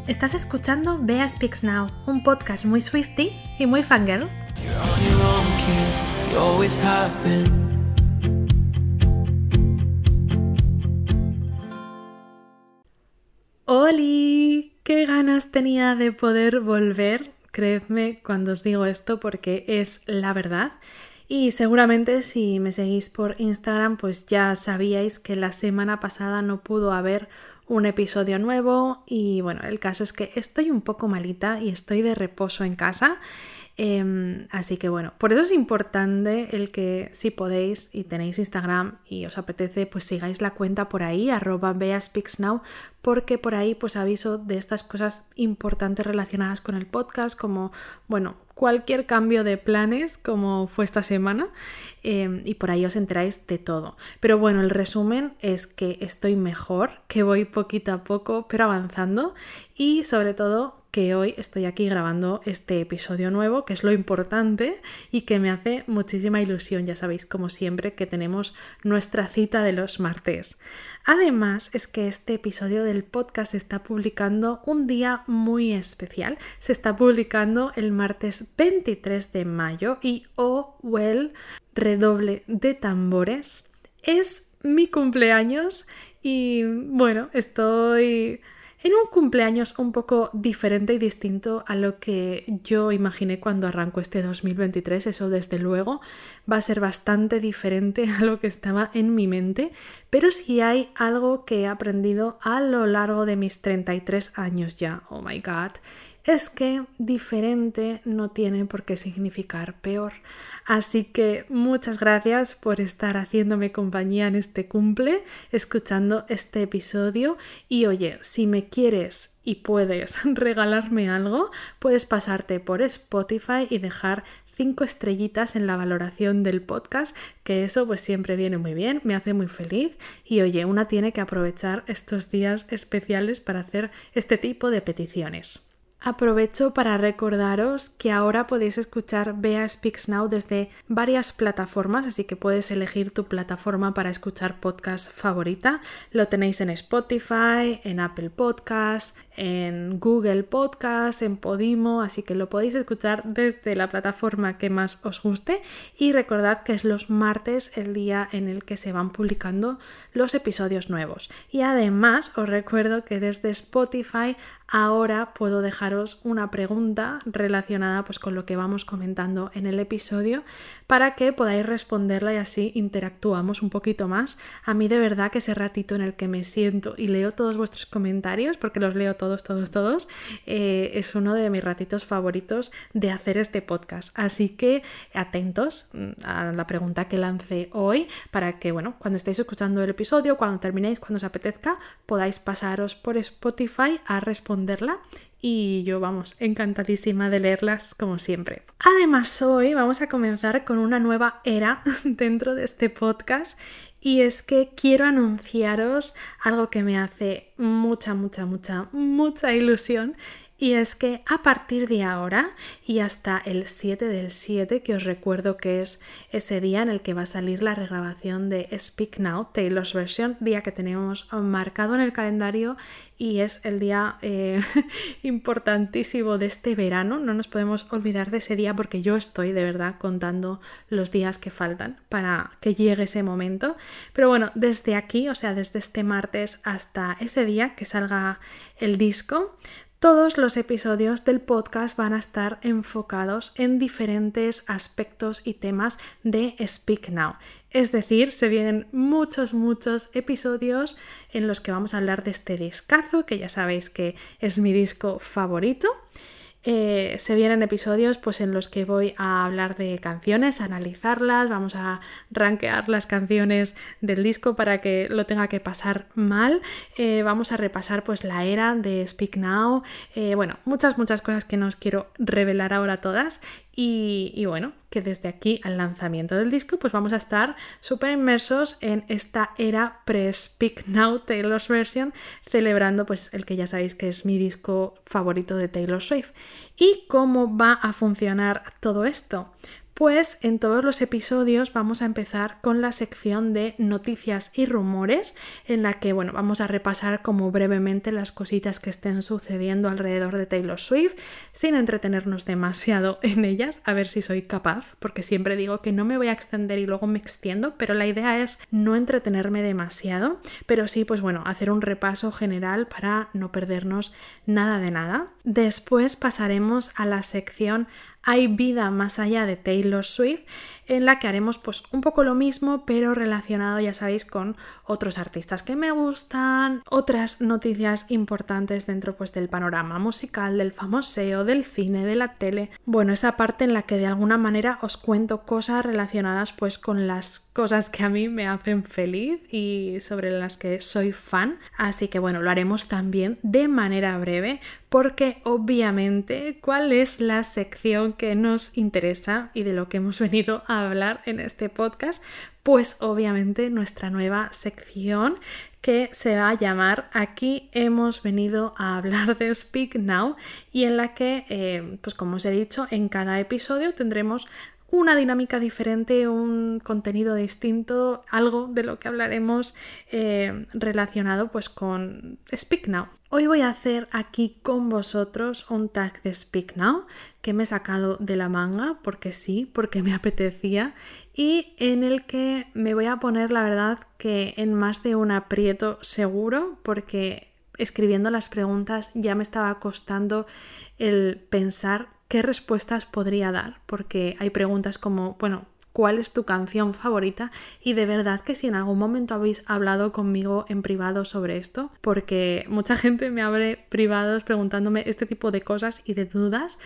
Estás escuchando Bea Speaks Now, un podcast muy Swiftie y muy fangirl. ¡Holi! ¡Qué ganas tenía de poder volver! Creedme cuando os digo esto porque es la verdad. Y seguramente si me seguís por Instagram pues ya sabíais que la semana pasada no pudo haber un episodio nuevo y bueno, el caso es que estoy un poco malita y estoy de reposo en casa. Así que bueno, por eso es importante el que si podéis y tenéis Instagram y os apetece pues sigáis la cuenta por ahí @BeaSpeaksNow, porque por ahí pues aviso de estas cosas importantes relacionadas con el podcast, como bueno, cualquier cambio de planes como fue esta semana, y por ahí os enteráis de todo. Pero bueno, el resumen es que estoy mejor, que voy poquito a poco pero avanzando y sobre todo que hoy estoy aquí grabando este episodio nuevo, que es lo importante y que me hace muchísima ilusión. Ya sabéis, como siempre, que tenemos nuestra cita de los martes. Además, es que este episodio del podcast se está publicando un día muy especial. Se está publicando el martes 23 de mayo y redoble de tambores, es mi cumpleaños y bueno, estoy en un cumpleaños un poco diferente y distinto a lo que yo imaginé cuando arrancó este 2023. Eso desde luego va a ser bastante diferente a lo que estaba en mi mente, pero sí hay algo que he aprendido a lo largo de mis 33 años ya, oh my god, es que diferente no tiene por qué significar peor. Así que muchas gracias por estar haciéndome compañía en este cumple, escuchando este episodio. Y oye, si me quieres y puedes regalarme algo, puedes pasarte por Spotify y dejar 5 estrellitas en la valoración del podcast, que eso pues siempre viene muy bien, me hace muy feliz. Y oye, una tiene que aprovechar estos días especiales para hacer este tipo de peticiones. Aprovecho para recordaros que ahora podéis escuchar Bea Speaks Now desde varias plataformas, así que puedes elegir tu plataforma para escuchar podcast favorita. Lo tenéis en Spotify, en Apple Podcasts, en Google Podcasts, en Podimo, así que lo podéis escuchar desde la plataforma que más os guste. Y recordad que es los martes el día en el que se van publicando los episodios nuevos. Y además os recuerdo que desde Spotify ahora puedo dejaros una pregunta relacionada pues con lo que vamos comentando en el episodio para que podáis responderla y así interactuamos un poquito más. A mí de verdad que ese ratito en el que me siento y leo todos vuestros comentarios, porque los leo todos, es uno de mis ratitos favoritos de hacer este podcast. Así que atentos a la pregunta que lancé hoy para que, bueno, cuando estéis escuchando el episodio, cuando terminéis, cuando os apetezca, podáis pasaros por Spotify a responderla y yo, vamos, encantadísima de leerlas como siempre. Además, hoy vamos a comenzar con una nueva era dentro de este podcast y es que quiero anunciaros algo que me hace mucha ilusión. Y es que a partir de ahora y hasta el 7/7, que os recuerdo que es ese día en el que va a salir la regrabación de Speak Now, Taylor's Version, día que tenemos marcado en el calendario y es el día importantísimo de este verano. No nos podemos olvidar de ese día porque yo estoy de verdad contando los días que faltan para que llegue ese momento. Pero bueno, desde aquí, o sea, desde este martes hasta ese día que salga el disco, todos los episodios del podcast van a estar enfocados en diferentes aspectos y temas de Speak Now. Es decir, se vienen muchos episodios en los que vamos a hablar de este discazo, que ya sabéis que es mi disco favorito. Se vienen episodios pues, en los que voy a hablar de canciones, a analizarlas, vamos a rankear las canciones del disco para que lo tenga que pasar mal, vamos a repasar pues, la era de Speak Now, bueno, muchas cosas que no os quiero revelar ahora todas. Y bueno, que desde aquí al lanzamiento del disco pues vamos a estar súper inmersos en esta era pre-Speak Now Taylor's Version, celebrando pues el que ya sabéis que es mi disco favorito de Taylor Swift. ¿Y cómo va a funcionar todo esto? Pues en todos los episodios vamos a empezar con la sección de noticias y rumores, en la que vamos a repasar como brevemente las cositas que estén sucediendo alrededor de Taylor Swift, sin entretenernos demasiado en ellas, a ver si soy capaz, porque siempre digo que no me voy a extender y luego me extiendo, pero la idea es no entretenerme demasiado, pero sí, hacer un repaso general para no perdernos nada de nada. Después pasaremos a la sección Hay vida más allá de Taylor Swift, en la que haremos un poco lo mismo, pero relacionado, ya sabéis, con otros artistas que me gustan, otras noticias importantes dentro del panorama musical, del famoseo, del cine, de la tele. Esa parte en la que de alguna manera os cuento cosas relacionadas con las cosas que a mí me hacen feliz y sobre las que soy fan. Así que lo haremos también de manera breve, porque obviamente, ¿cuál es la sección que nos interesa y de lo que hemos venido a hablar en este podcast? Pues obviamente nuestra nueva sección, que se va a llamar Aquí hemos venido a hablar de Speak Now, y en la que, como os he dicho, en cada episodio tendremos una dinámica diferente, un contenido distinto, algo de lo que hablaremos relacionado con Speak Now. Hoy voy a hacer aquí con vosotros un tag de Speak Now que me he sacado de la manga, porque sí, porque me apetecía, y en el que me voy a poner, la verdad, que en más de un aprieto seguro, porque escribiendo las preguntas ya me estaba costando el pensar qué respuestas podría dar, porque hay preguntas como, ¿cuál es tu canción favorita? Y de verdad que si en algún momento habéis hablado conmigo en privado sobre esto, porque mucha gente me abre privados preguntándome este tipo de cosas y de dudas.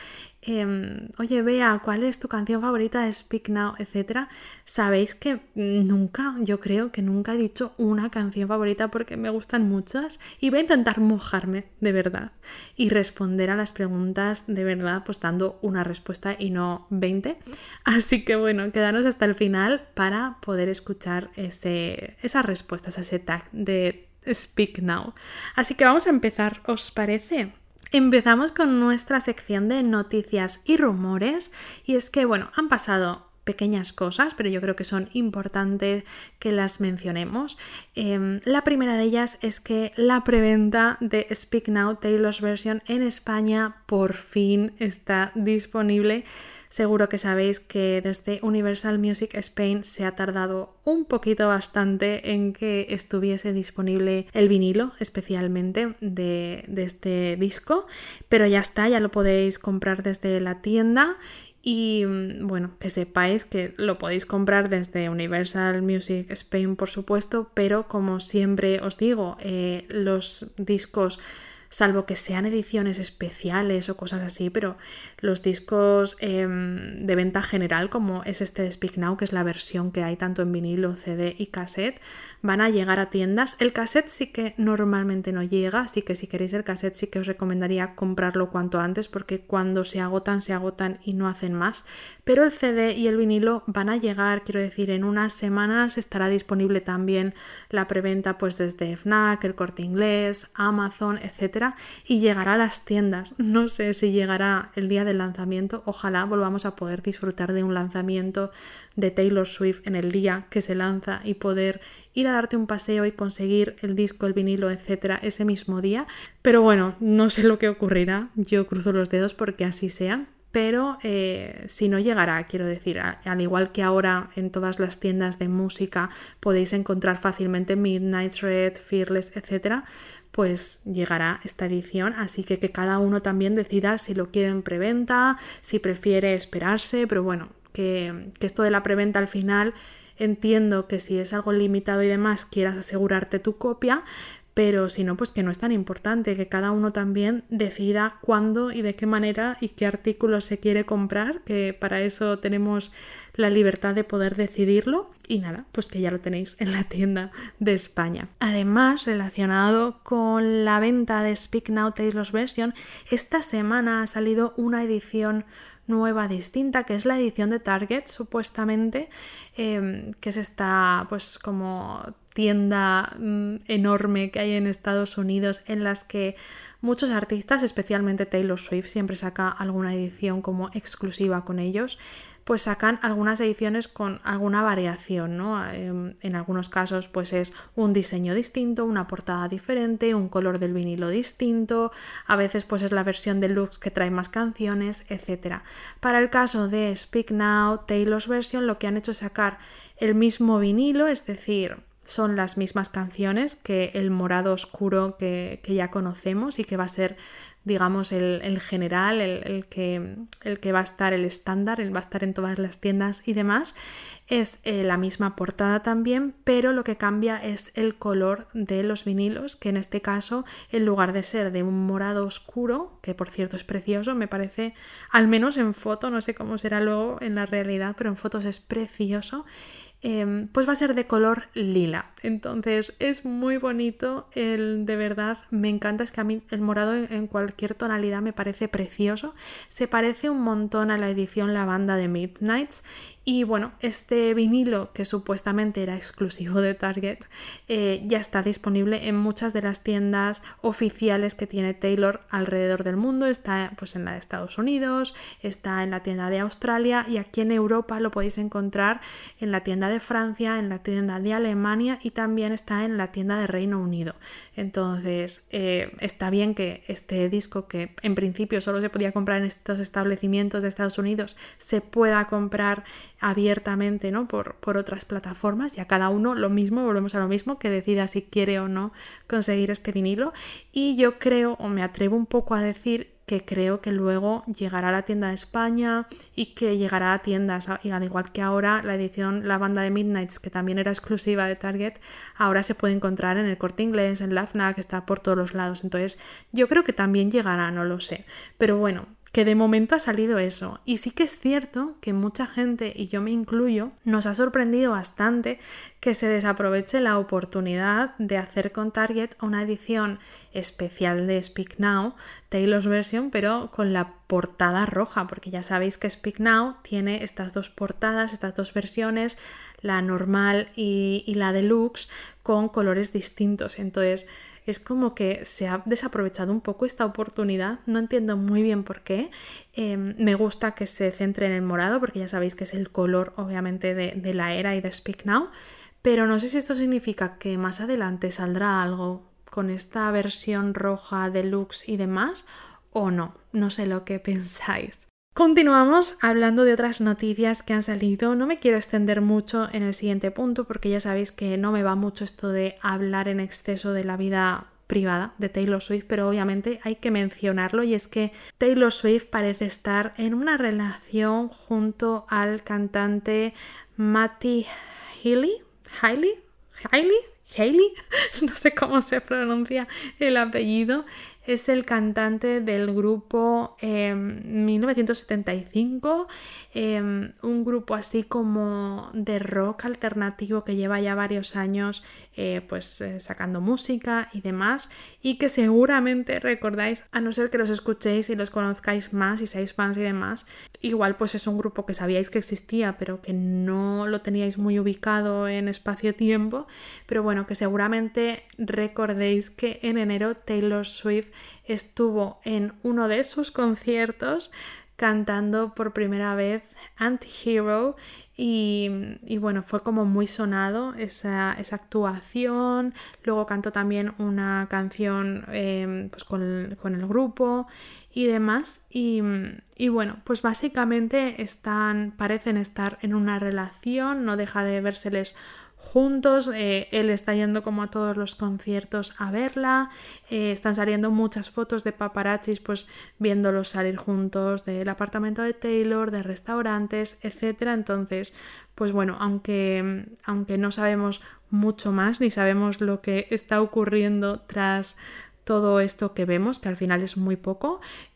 Oye, Bea, ¿cuál es tu canción favorita de Speak Now? Etcétera. Sabéis que yo creo que nunca he dicho una canción favorita, porque me gustan muchas, y voy a intentar mojarme de verdad y responder a las preguntas de verdad, dando una respuesta y no 20. Así que quedaros hasta el final para poder escuchar esas respuestas a ese tag de Speak Now. Así que vamos a empezar, ¿os parece? Empezamos con nuestra sección de noticias y rumores, y es que han pasado pequeñas cosas, pero yo creo que son importantes que las mencionemos. La primera de ellas es que la preventa de Speak Now, Taylor's Version, en España por fin está disponible. Seguro que sabéis que desde Universal Music Spain se ha tardado un poquito bastante en que estuviese disponible el vinilo, especialmente de este disco, pero ya está, ya lo podéis comprar desde la tienda. Y que sepáis que lo podéis comprar desde Universal Music Spain, por supuesto, pero como siempre os digo, los discos, salvo que sean ediciones especiales o cosas así, pero los discos de venta general, como es este de Speak Now, que es la versión que hay tanto en vinilo, CD y cassette, van a llegar a tiendas. El cassette sí que normalmente no llega, así que si queréis el cassette sí que os recomendaría comprarlo cuanto antes, porque cuando se agotan y no hacen más. Pero el CD y el vinilo van a llegar, quiero decir, en unas semanas estará disponible también la preventa desde Fnac, El Corte Inglés, Amazon, etcétera, y llegará a las tiendas. No sé si llegará el día del lanzamiento, ojalá volvamos a poder disfrutar de un lanzamiento de Taylor Swift en el día que se lanza y poder ir a darte un paseo y conseguir el disco, el vinilo, etcétera, ese mismo día. Pero no sé lo que ocurrirá, yo cruzo los dedos porque así sea. Pero si no llegará, quiero decir, al igual que ahora en todas las tiendas de música podéis encontrar fácilmente Midnight's Red, Fearless, etc., pues llegará esta edición, así que cada uno también decida si lo quiere en preventa, si prefiere esperarse, pero que esto de la preventa al final entiendo que si es algo limitado y demás quieras asegurarte tu copia, pero si no, que no es tan importante, que cada uno también decida cuándo y de qué manera y qué artículos se quiere comprar, que para eso tenemos la libertad de poder decidirlo. Y nada, que ya lo tenéis en la tienda de España. Además, relacionado con la venta de Speak Now Taylor's Version, esta semana ha salido una edición nueva, distinta, que es la edición de Target, supuestamente, que es esta como tienda enorme que hay en Estados Unidos, en las que muchos artistas, especialmente Taylor Swift, siempre saca alguna edición como exclusiva con ellos, pues sacan algunas ediciones con alguna variación, ¿no? En algunos casos pues es un diseño distinto, una portada diferente, un color del vinilo distinto, a veces pues es la versión deluxe que trae más canciones, etc. Para el caso de Speak Now, Taylor's Version, lo que han hecho es sacar el mismo vinilo, es decir, son las mismas canciones que el morado oscuro que ya conocemos y que va a ser, digamos, el general, el que va a estar el estándar, va a estar en todas las tiendas y demás. Es la misma portada también, pero lo que cambia es el color de los vinilos, que en este caso, en lugar de ser de un morado oscuro, que por cierto es precioso, me parece, al menos en foto, no sé cómo será luego en la realidad, pero en fotos es precioso, pues va a ser de color lila. Entonces es muy bonito, de verdad me encanta, es que a mí el morado en cualquier tonalidad me parece precioso, se parece un montón a la edición lavanda de Midnights. Y bueno, este vinilo, que supuestamente era exclusivo de Target, ya está disponible en muchas de las tiendas oficiales que tiene Taylor alrededor del mundo. Está pues en la de Estados Unidos, está en la tienda de Australia, y aquí en Europa lo podéis encontrar en la tienda de Francia, en la tienda de Alemania, y también está en la tienda de Reino Unido. Entonces está bien que este disco, que en principio solo se podía comprar en estos establecimientos de Estados Unidos, se pueda comprar abiertamente, ¿no? por otras plataformas, y a cada uno lo mismo, volvemos a lo mismo, que decida si quiere o no conseguir este vinilo. Y yo creo, o me atrevo un poco a decir, que creo que luego llegará a la tienda de España y que llegará a tiendas, y al igual que ahora la edición La Banda de Midnights, que también era exclusiva de Target, ahora se puede encontrar en el Corte Inglés, en la FNAC, está por todos los lados. Entonces yo creo que también llegará, no lo sé, pero bueno, que de momento ha salido eso. Y sí que es cierto que mucha gente, y yo me incluyo, nos ha sorprendido bastante que se desaproveche la oportunidad de hacer con Target una edición especial de Speak Now, Taylor's Version, pero con la portada roja, porque ya sabéis que Speak Now tiene estas dos portadas, estas dos versiones, la normal y la deluxe, con colores distintos. Entonces es como que se ha desaprovechado un poco esta oportunidad, no entiendo muy bien por qué. Me gusta que se centre en el morado, porque ya sabéis que es el color obviamente de la era y de Speak Now, pero no sé si esto significa que más adelante saldrá algo con esta versión roja, deluxe y demás, o no sé lo que pensáis. Continuamos hablando de otras noticias que han salido. No me quiero extender mucho en el siguiente punto, porque ya sabéis que no me va mucho esto de hablar en exceso de la vida privada de Taylor Swift, pero obviamente hay que mencionarlo, y es que Taylor Swift parece estar en una relación junto al cantante Matty Healy, no sé cómo se pronuncia el apellido. Es el cantante del grupo 1975, un grupo así como de rock alternativo que lleva ya varios años sacando música y demás, y que seguramente recordáis, a no ser que los escuchéis y los conozcáis más y seáis fans y demás. Igual pues es un grupo que sabíais que existía, pero que no lo teníais muy ubicado en espacio-tiempo, pero bueno, que seguramente recordéis que en enero Taylor Swift estuvo en uno de sus conciertos cantando por primera vez Anti-Hero, y bueno, fue como muy sonado esa actuación. Luego cantó también una canción pues con el grupo y demás, y bueno, pues básicamente parecen estar en una relación, no deja de vérseles juntos. Él está yendo como a todos los conciertos a verla, están saliendo muchas fotos de paparazzis pues viéndolos salir juntos del apartamento de Taylor, de restaurantes, etcétera. Entonces pues bueno, aunque no sabemos mucho más, ni sabemos lo que está ocurriendo tras todo esto que vemos, que al final es muy poco,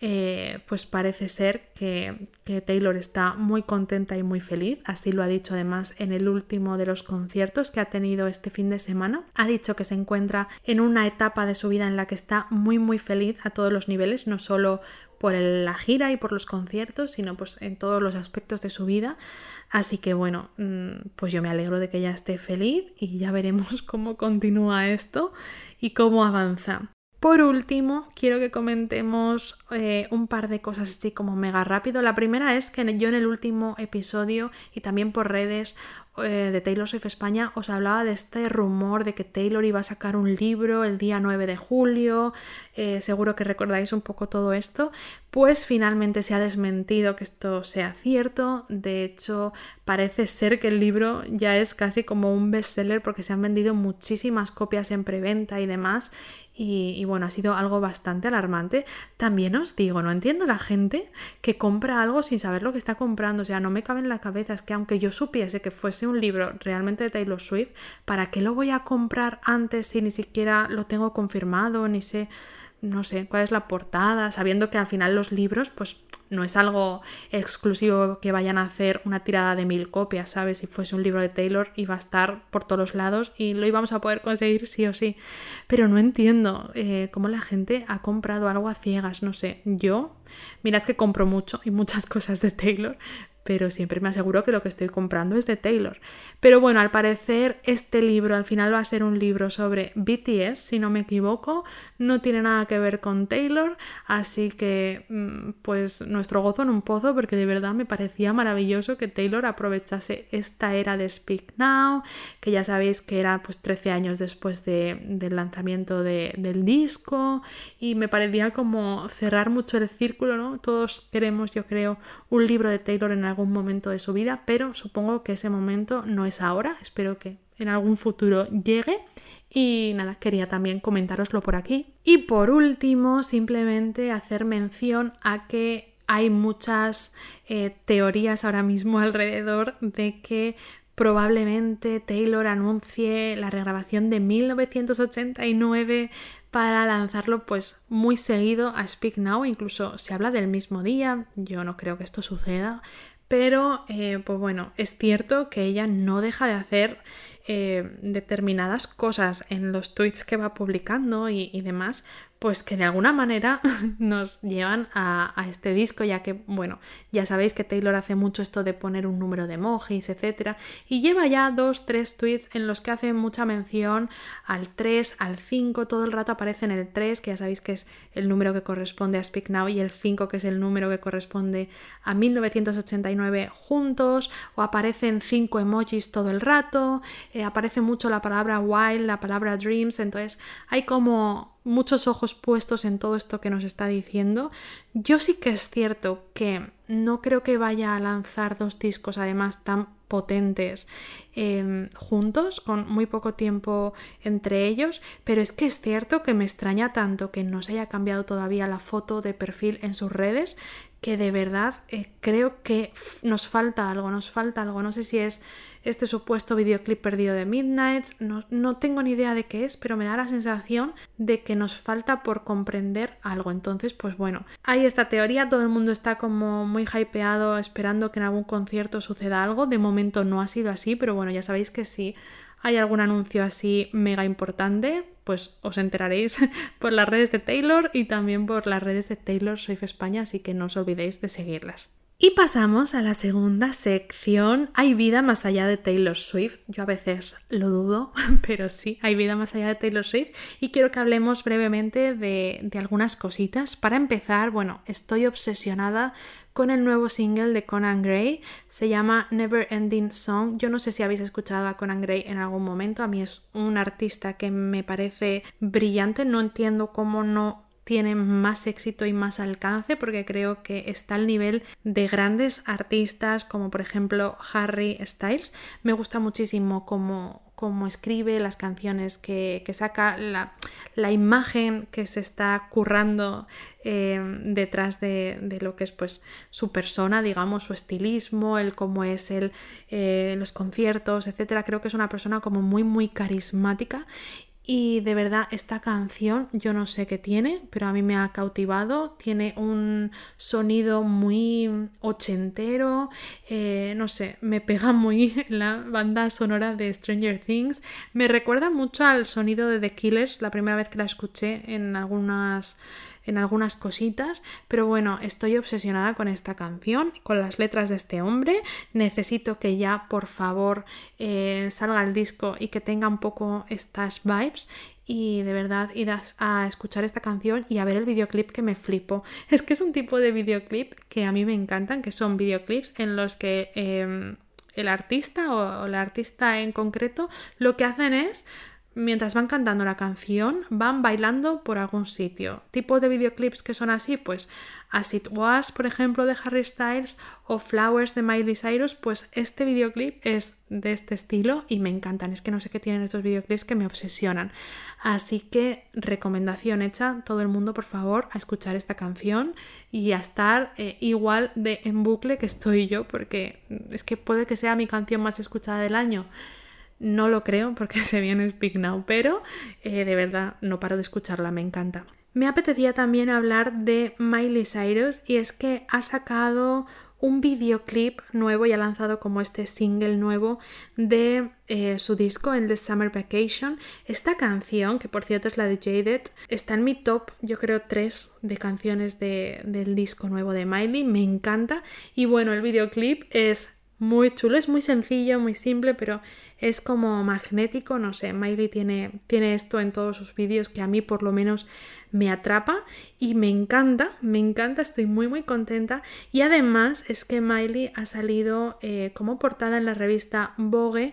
pues parece ser que Taylor está muy contenta y muy feliz. Así lo ha dicho además en el último de los conciertos que ha tenido este fin de semana. Ha dicho que se encuentra en una etapa de su vida en la que está muy muy feliz a todos los niveles, no solo por la gira y por los conciertos, sino pues en todos los aspectos de su vida. Así que bueno, pues yo me alegro de que ella esté feliz y ya veremos cómo continúa esto y cómo avanza. Por último, quiero que comentemos un par de cosas así como mega rápido. La primera es que yo en el último episodio y también por redes de Taylor Swift España os hablaba de este rumor de que Taylor iba a sacar un libro el día 9 de julio. Seguro que recordáis un poco todo esto. Pues finalmente se ha desmentido que esto sea cierto. De hecho, parece ser que el libro ya es casi como un bestseller porque se han vendido muchísimas copias en preventa y demás. Y bueno, ha sido algo bastante alarmante. También os digo, no entiendo la gente que compra algo sin saber lo que está comprando. O sea, no me cabe en la cabeza. Es que aunque yo supiese que fuese un libro realmente de Taylor Swift, ¿para qué lo voy a comprar antes si ni siquiera lo tengo confirmado? Ni sé, no sé cuál es la portada, sabiendo que al final los libros pues no es algo exclusivo que vayan a hacer una tirada de 1000 copias, ¿sabes? Si fuese un libro de Taylor iba a estar por todos los lados y lo íbamos a poder conseguir sí o sí. Pero no entiendo cómo la gente ha comprado algo a ciegas, no sé. Yo, mirad que compro mucho y muchas cosas de Taylor, pero siempre me aseguro que lo que estoy comprando es de Taylor. Pero bueno, al parecer este libro al final va a ser un libro sobre BTS, si no me equivoco, no tiene nada que ver con Taylor, así que pues nuestro gozo en un pozo, porque de verdad me parecía maravilloso que Taylor aprovechase esta era de Speak Now, que ya sabéis que era pues 13 años después del lanzamiento del disco, y me parecía como cerrar mucho el círculo, ¿no? Todos queremos, yo creo, un libro de Taylor en algún momento de su vida, pero supongo que ese momento no es ahora. Espero que en algún futuro llegue. Y nada, quería también comentároslo por aquí. Y por último, simplemente hacer mención a que hay muchas teorías ahora mismo alrededor de que probablemente Taylor anuncie la regrabación de 1989 para lanzarlo pues muy seguido a Speak Now. Incluso se habla del mismo día. Yo no creo que esto suceda, pero pues bueno, es cierto que ella no deja de hacer determinadas cosas en los tweets que va publicando y demás, pues que de alguna manera nos llevan a este disco, ya que, bueno, ya sabéis que Taylor hace mucho esto de poner un número de emojis, etcétera, y lleva ya 2-3 tweets en los que hace mucha mención al 3, al 5, todo el rato aparece en el 3, que ya sabéis que es el número que corresponde a Speak Now, y el 5, que es el número que corresponde a 1989 juntos, o aparecen 5 emojis todo el rato, aparece mucho la palabra wild, la palabra dreams, entonces hay como muchos ojos puestos en todo esto que nos está diciendo. Yo sí que es cierto que no creo que vaya a lanzar 2 discos además tan potentes juntos, con muy poco tiempo entre ellos, pero es que es cierto que me extraña tanto que no se haya cambiado todavía la foto de perfil en sus redes, que de verdad creo que nos falta algo, no sé si es este supuesto videoclip perdido de Midnight, no tengo ni idea de qué es, pero me da la sensación de que nos falta por comprender algo. Entonces, pues bueno, hay esta teoría, todo el mundo está como muy hypeado esperando que en algún concierto suceda algo. De momento no ha sido así, pero bueno, ya sabéis que si hay algún anuncio así mega importante, pues os enteraréis por las redes de Taylor y también por las redes de Taylor Swift España, así que no os olvidéis de seguirlas. Y pasamos a la segunda sección. ¿Hay vida más allá de Taylor Swift? Yo a veces lo dudo, pero sí, hay vida más allá de Taylor Swift. Y quiero que hablemos brevemente de algunas cositas. Para empezar, bueno, estoy obsesionada con el nuevo single de Conan Gray. Se llama Never Ending Song. Yo no sé si habéis escuchado a Conan Gray en algún momento. A mí es un artista que me parece brillante. No entiendo cómo no tiene más éxito y más alcance, porque creo que está al nivel de grandes artistas como por ejemplo Harry Styles. Me gusta muchísimo cómo escribe, las canciones que saca, la imagen que se está currando detrás de lo que es pues su persona, digamos, su estilismo, el cómo es los conciertos, etcétera. Creo que es una persona como muy muy carismática. Y de verdad, esta canción yo no sé qué tiene, pero a mí me ha cautivado. Tiene un sonido muy ochentero, no sé, me pega muy la banda sonora de Stranger Things. Me recuerda mucho al sonido de The Killers, la primera vez que la escuché en algunas cositas, pero bueno, estoy obsesionada con esta canción, con las letras de este hombre. Necesito que ya, por favor, salga el disco y que tenga un poco estas vibes. Y de verdad, id a escuchar esta canción y a ver el videoclip, que me flipo. Es que es un tipo de videoclip que a mí me encantan, que son videoclips en los que el artista o la artista en concreto lo que hacen es, mientras van cantando la canción, van bailando por algún sitio. Tipo de videoclips que son así, pues As It Was, por ejemplo, de Harry Styles, o Flowers de Miley Cyrus, pues este videoclip es de este estilo y me encantan. Es que no sé qué tienen estos videoclips que me obsesionan. Así que recomendación hecha, todo el mundo, por favor, a escuchar esta canción y a estar igual de en bucle que estoy yo, porque es que puede que sea mi canción más escuchada del año. No lo creo porque se viene Speak Now, pero de verdad no paro de escucharla, me encanta. Me apetecía también hablar de Miley Cyrus, y es que ha sacado un videoclip nuevo y ha lanzado como este single nuevo de su disco, el de Summer Vacation. Esta canción, que por cierto es la de Jaded, está en mi top, yo creo 3 de canciones del disco nuevo de Miley. Me encanta. Y bueno, el videoclip es muy chulo, es muy sencillo, muy simple, pero es como magnético, no sé, Miley tiene esto en todos sus vídeos que a mí por lo menos me atrapa y me encanta, estoy muy muy contenta. Y además es que Miley ha salido como portada en la revista Vogue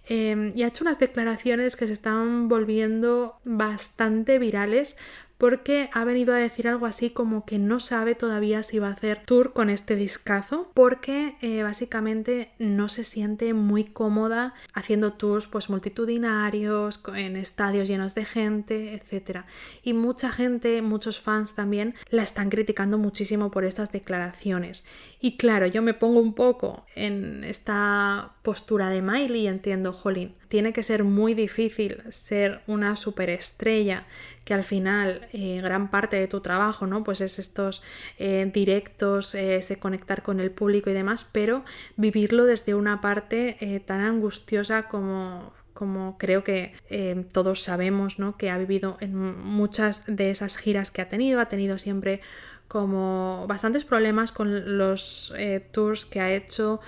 y ha hecho unas declaraciones que se están volviendo bastante virales, porque ha venido a decir algo así como que no sabe todavía si va a hacer tour con este discazo, porque básicamente no se siente muy cómoda haciendo tours pues multitudinarios, en estadios llenos de gente, etc. Y mucha gente, muchos fans también, la están criticando muchísimo por estas declaraciones. Y claro, yo me pongo un poco en esta postura de Miley y entiendo, jolín, tiene que ser muy difícil ser una superestrella, que al final gran parte de tu trabajo, ¿no? Pues es estos directos, ese conectar con el público y demás, pero vivirlo desde una parte tan angustiosa como creo que todos sabemos, ¿no? Que ha vivido en muchas de esas giras que ha tenido siempre como bastantes problemas con los tours que ha hecho.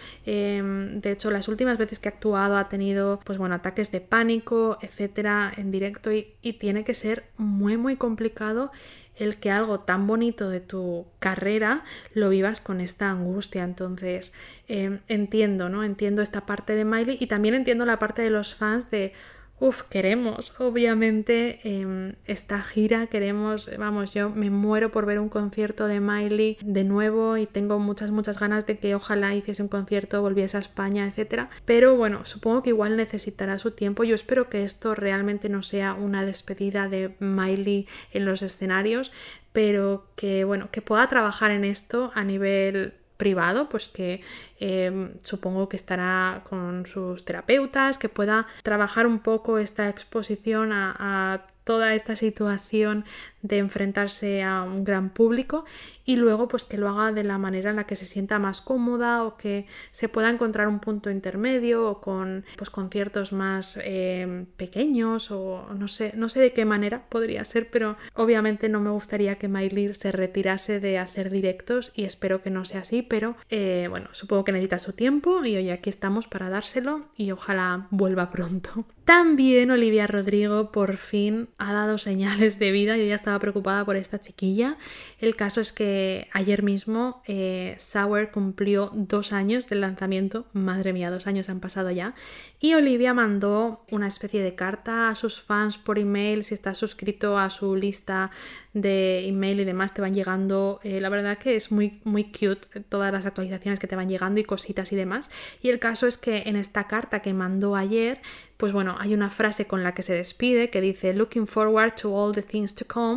De hecho, las últimas veces que ha actuado ha tenido pues bueno, ataques de pánico, etcétera, en directo, y tiene que ser muy muy complicado el que algo tan bonito de tu carrera lo vivas con esta angustia. Entonces entiendo, ¿no? Entiendo esta parte de Miley y también entiendo la parte de los fans de queremos, obviamente, esta gira, queremos, vamos, yo me muero por ver un concierto de Miley de nuevo y tengo muchas ganas de que ojalá hiciese un concierto, volviese a España, etc. Pero bueno, supongo que igual necesitará su tiempo. Yo espero que esto realmente no sea una despedida de Miley en los escenarios, pero que bueno, que pueda trabajar en esto a nivel privado, pues que supongo que estará con sus terapeutas, que pueda trabajar un poco esta exposición a toda esta situación de enfrentarse a un gran público, y luego pues que lo haga de la manera en la que se sienta más cómoda, o que se pueda encontrar un punto intermedio, o con pues conciertos más pequeños, o no sé de qué manera podría ser, pero obviamente no me gustaría que Miley se retirase de hacer directos y espero que no sea así, pero bueno, supongo que necesita su tiempo y hoy aquí estamos para dárselo y ojalá vuelva pronto. También Olivia Rodrigo por fin ha dado señales de vida. Yo ya estaba preocupada por esta chiquilla. El caso es que ayer mismo Sour cumplió 2 años del lanzamiento. Madre mía, 2 años han pasado ya. Y Olivia mandó una especie de carta a sus fans por email. Si estás suscrito a su lista de email y demás, te van llegando. La verdad que es muy, muy cute todas las actualizaciones que te van llegando y cositas y demás. Y el caso es que en esta carta que mandó ayer, pues bueno, hay una frase con la que se despide que dice "Looking forward to all the things to come",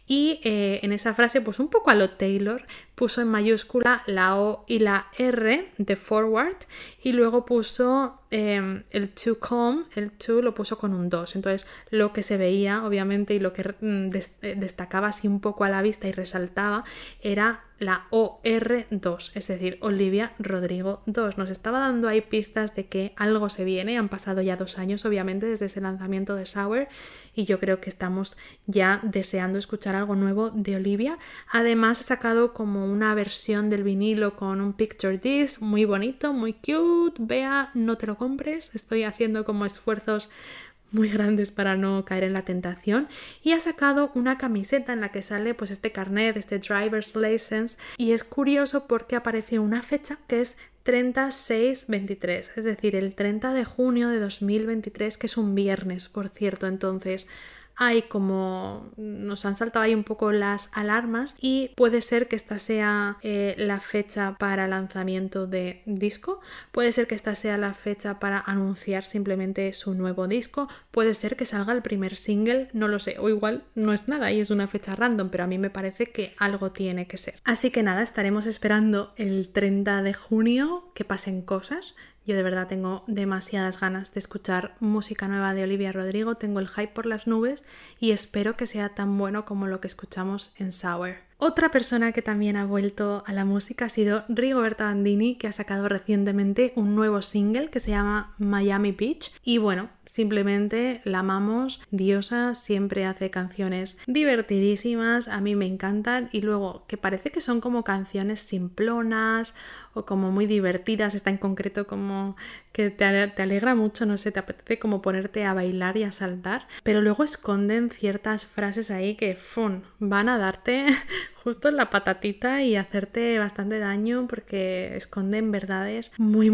y en esa frase, pues un poco a lo Taylor, puso en mayúscula la O y la R de forward y luego puso el to come, el to lo puso con un 2. Entonces lo que se veía obviamente y lo que destacaba así un poco a la vista y resaltaba era la OR2, es decir, Olivia Rodrigo 2. Nos estaba dando ahí pistas de que algo se viene. Han pasado ya 2 años obviamente desde ese lanzamiento de Sour y yo creo que estamos ya deseando escuchar algo nuevo de Olivia. Además ha sacado como una versión del vinilo con un picture disc muy bonito, muy cute. Vea, no te lo compres, estoy haciendo como esfuerzos muy grandes para no caer en la tentación, y ha sacado una camiseta en la que sale pues este carnet, este driver's license, y es curioso porque aparece una fecha que es 30/6/23, es decir, el 30 de junio de 2023, que es un viernes, por cierto. Entonces hay como nos han saltado ahí un poco las alarmas y puede ser que esta sea la fecha para lanzamiento de disco, puede ser que esta sea la fecha para anunciar simplemente su nuevo disco, puede ser que salga el primer single, no lo sé, o igual no es nada y es una fecha random, pero a mí me parece que algo tiene que ser. Así que nada, estaremos esperando el 30 de junio que pasen cosas. Yo de verdad tengo demasiadas ganas de escuchar música nueva de Olivia Rodrigo, tengo el hype por las nubes y espero que sea tan bueno como lo que escuchamos en Sour. Otra persona que también ha vuelto a la música ha sido Rigoberta Bandini, que ha sacado recientemente un nuevo single que se llama Miami Beach y bueno, simplemente la amamos, diosa, siempre hace canciones divertidísimas, a mí me encantan y luego que parece que son como canciones simplonas o como muy divertidas, esta en concreto como que te alegra mucho, no sé, te apetece como ponerte a bailar y a saltar, pero luego esconden ciertas frases ahí que van a darte justo en la patatita y hacerte bastante daño porque esconden verdades muy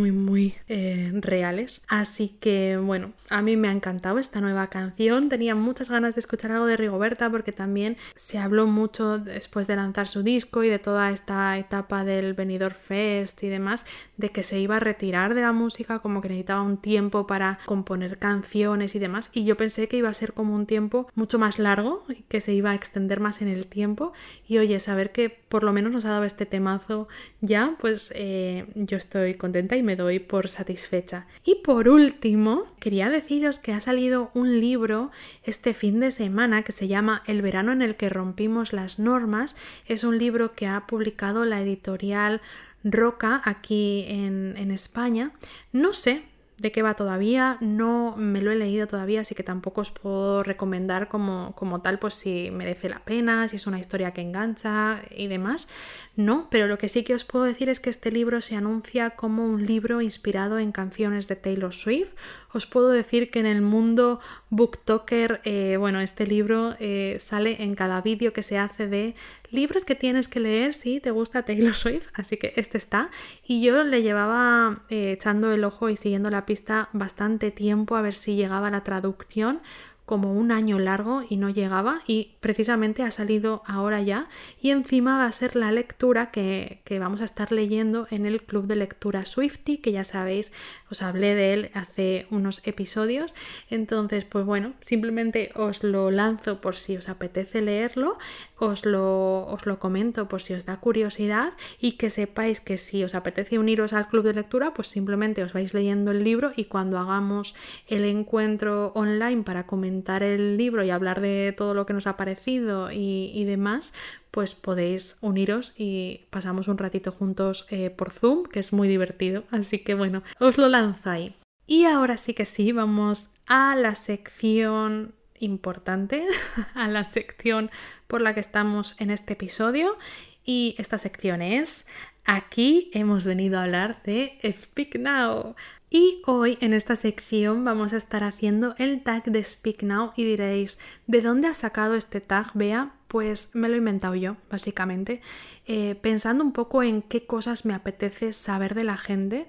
reales. Así que bueno, a mí me ha encantado esta nueva canción, tenía muchas ganas de escuchar algo de Rigoberta porque también se habló mucho después de lanzar su disco y de toda esta etapa del Benidorm Fest y demás, de que se iba a retirar de la música, como que necesitaba un tiempo para componer canciones y demás, y yo pensé que iba a ser como un tiempo mucho más largo, que se iba a extender más en el tiempo, y oye, saber que por lo menos nos ha dado este temazo ya, pues yo estoy contenta y me doy por satisfecha. Y por último, quería deciros que ha salido un libro este fin de semana que se llama El verano en el que rompimos las normas. Es un libro que ha publicado la editorial Roca aquí en España. No sé de qué va todavía, no me lo he leído todavía, así que tampoco os puedo recomendar como tal, pues si merece la pena, si es una historia que engancha y demás, no, pero lo que sí que os puedo decir es que este libro se anuncia como un libro inspirado en canciones de Taylor Swift. Os puedo decir que en el mundo booktoker, este libro sale en cada vídeo que se hace de libros que tienes que leer si te gusta Taylor Swift, así que este está, y yo le llevaba echando el ojo y siguiendo la pista bastante tiempo a ver si llegaba la traducción, como un año largo y no llegaba, y precisamente ha salido ahora ya, y encima va a ser la lectura que vamos a estar leyendo en el club de lectura Swiftie, que ya sabéis, os hablé de él hace unos episodios. Entonces pues bueno, simplemente os lo lanzo por si os apetece leerlo, os lo comento por si os da curiosidad, y que sepáis que si os apetece uniros al club de lectura, pues simplemente os vais leyendo el libro, y cuando hagamos el encuentro online para comentar el libro y hablar de todo lo que nos ha parecido y demás, pues podéis uniros y pasamos un ratito juntos por Zoom, que es muy divertido, así que bueno, os lo lanzo ahí. Y ahora sí que sí, vamos a la sección importante, a la sección por la que estamos en este episodio, y esta sección es: aquí hemos venido a hablar de Speak Now. Y hoy en esta sección vamos a estar haciendo el tag de Speak Now, y diréis, ¿de dónde has sacado este tag, Bea? Pues me lo he inventado yo, básicamente, pensando un poco en qué cosas me apetece saber de la gente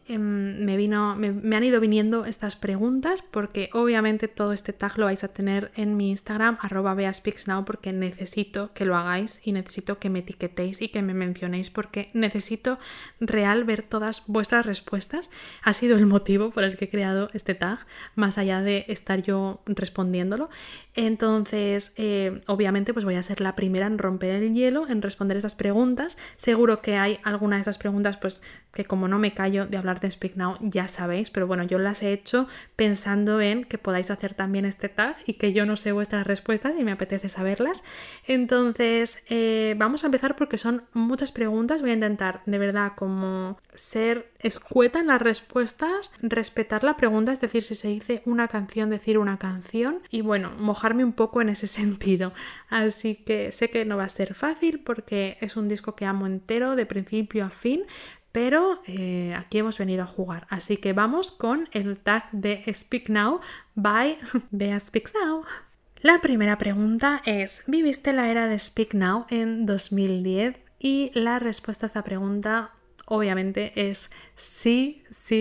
me han ido viniendo estas preguntas porque obviamente todo este tag lo vais a tener en mi Instagram @beaspeaksnow, porque necesito que lo hagáis y necesito que me etiquetéis y que me mencionéis, porque necesito real ver todas vuestras respuestas. Ha sido el motivo por el que he creado este tag, más allá de estar yo respondiéndolo. Entonces obviamente pues voy a ser la primera en romper el hielo, en responder esas preguntas. Seguro que hay alguna de estas preguntas pues que como no me callo de hablar de Speak Now ya sabéis, pero bueno, yo las he hecho pensando en que podáis hacer también este tag y que yo no sé vuestras respuestas y me apetece saberlas. Entonces vamos a empezar porque son muchas preguntas. Voy a intentar de verdad como ser escueta en las respuestas, respetar la pregunta, es decir, si se dice una canción, decir una canción y bueno, mojarme un poco en ese sentido. Así que sé que no va a ser fácil porque es un disco que amo entero de principio a fin, pero aquí hemos venido a jugar. Así que vamos con el tag de Speak Now by Bea Speaks Now. La primera pregunta es: ¿viviste la era de Speak Now en 2010? Y la respuesta a esta pregunta obviamente es sí.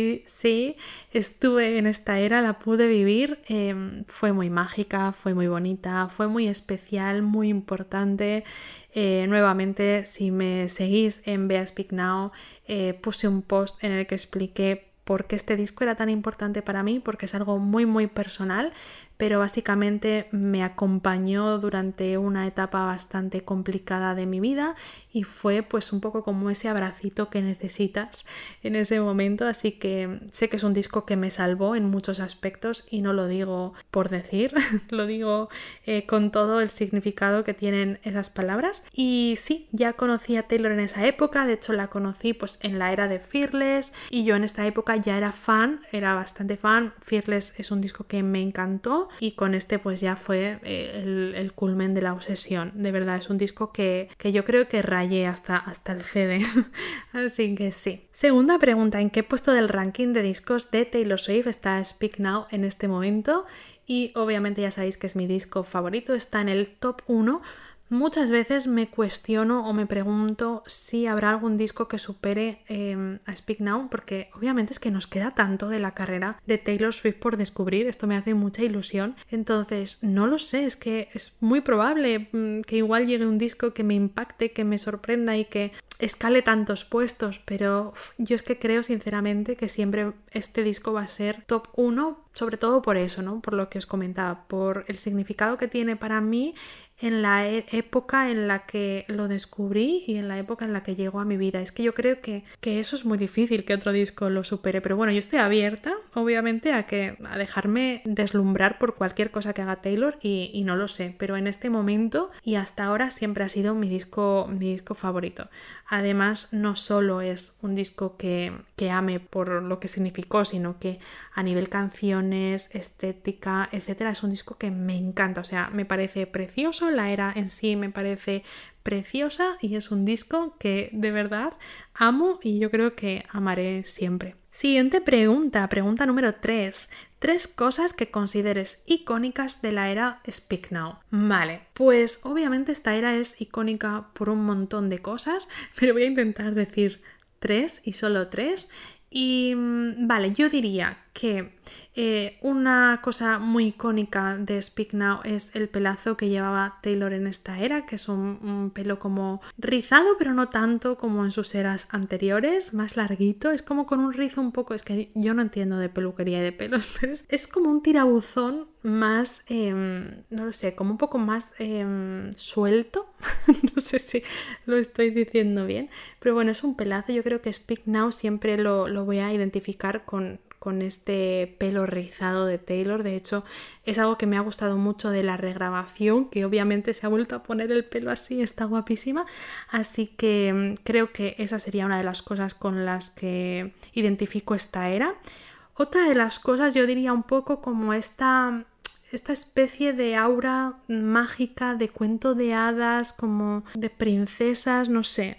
Estuve en esta era, la pude vivir, fue muy mágica, fue muy bonita, fue muy especial, muy importante. Nuevamente, si me seguís en Bea Speak Now, puse un post en el que expliqué por qué este disco era tan importante para mí, porque es algo muy muy personal, pero básicamente me acompañó durante una etapa bastante complicada de mi vida y fue pues un poco como ese abracito que necesitas en ese momento. Así que sé que es un disco que me salvó en muchos aspectos y no lo digo por decir, lo digo con todo el significado que tienen esas palabras. Y sí, ya conocí a Taylor en esa época, de hecho la conocí pues en la era de Fearless y yo en esta época ya era fan, era bastante fan. Fearless es un disco que me encantó y con este pues ya fue el culmen de la obsesión. De verdad es un disco que yo creo que rayé hasta el CD. Así que sí. Segunda pregunta: ¿en qué puesto del ranking de discos de Taylor Swift está Speak Now en este momento? Y obviamente ya sabéis que es mi disco favorito, está en el top 1. Muchas veces me cuestiono o me pregunto si habrá algún disco que supere a Speak Now, porque obviamente es que nos queda tanto de la carrera de Taylor Swift por descubrir. Esto me hace mucha ilusión. Entonces, no lo sé, es que es muy probable que igual llegue un disco que me impacte, que me sorprenda y que escale tantos puestos, pero yo es que creo sinceramente que siempre este disco va a ser top 1, sobre todo por eso, ¿no? Por lo que os comentaba, por el significado que tiene para mí en la época en la que lo descubrí y en la época en la que llegó a mi vida. Es que yo creo que eso es muy difícil que otro disco lo supere, pero bueno, yo estoy abierta obviamente a dejarme deslumbrar por cualquier cosa que haga Taylor y no lo sé, pero en este momento y hasta ahora siempre ha sido mi disco favorito. Además, no solo es un disco que ame por lo que significó, sino que a nivel canciones, estética, etcétera, es un disco que me encanta. O sea, me parece precioso, la era en sí me parece preciosa y es un disco que de verdad amo y yo creo que amaré siempre. Siguiente pregunta número 3. 3 cosas que consideres icónicas de la era Speak Now. Vale, pues obviamente esta era es icónica por un montón de cosas, pero voy a intentar decir 3 y solo 3. Y vale, yo diría que una cosa muy icónica de Speak Now es el pelazo que llevaba Taylor en esta era, que es un pelo como rizado, pero no tanto como en sus eras anteriores, más larguito, es como con un rizo un poco, es que yo no entiendo de peluquería y de pelos, pero es como un tirabuzón más, no lo sé, como un poco más suelto, no sé si lo estoy diciendo bien, pero bueno, es un pelazo. Yo creo que Speak Now siempre lo voy a identificar con este pelo rizado de Taylor. De hecho, es algo que me ha gustado mucho de la regrabación, que obviamente se ha vuelto a poner el pelo así, está guapísima. Así que creo que esa sería una de las cosas con las que identifico esta era. Otra de las cosas yo diría un poco como esta esta especie de aura mágica, de cuento de hadas, como de princesas, no sé.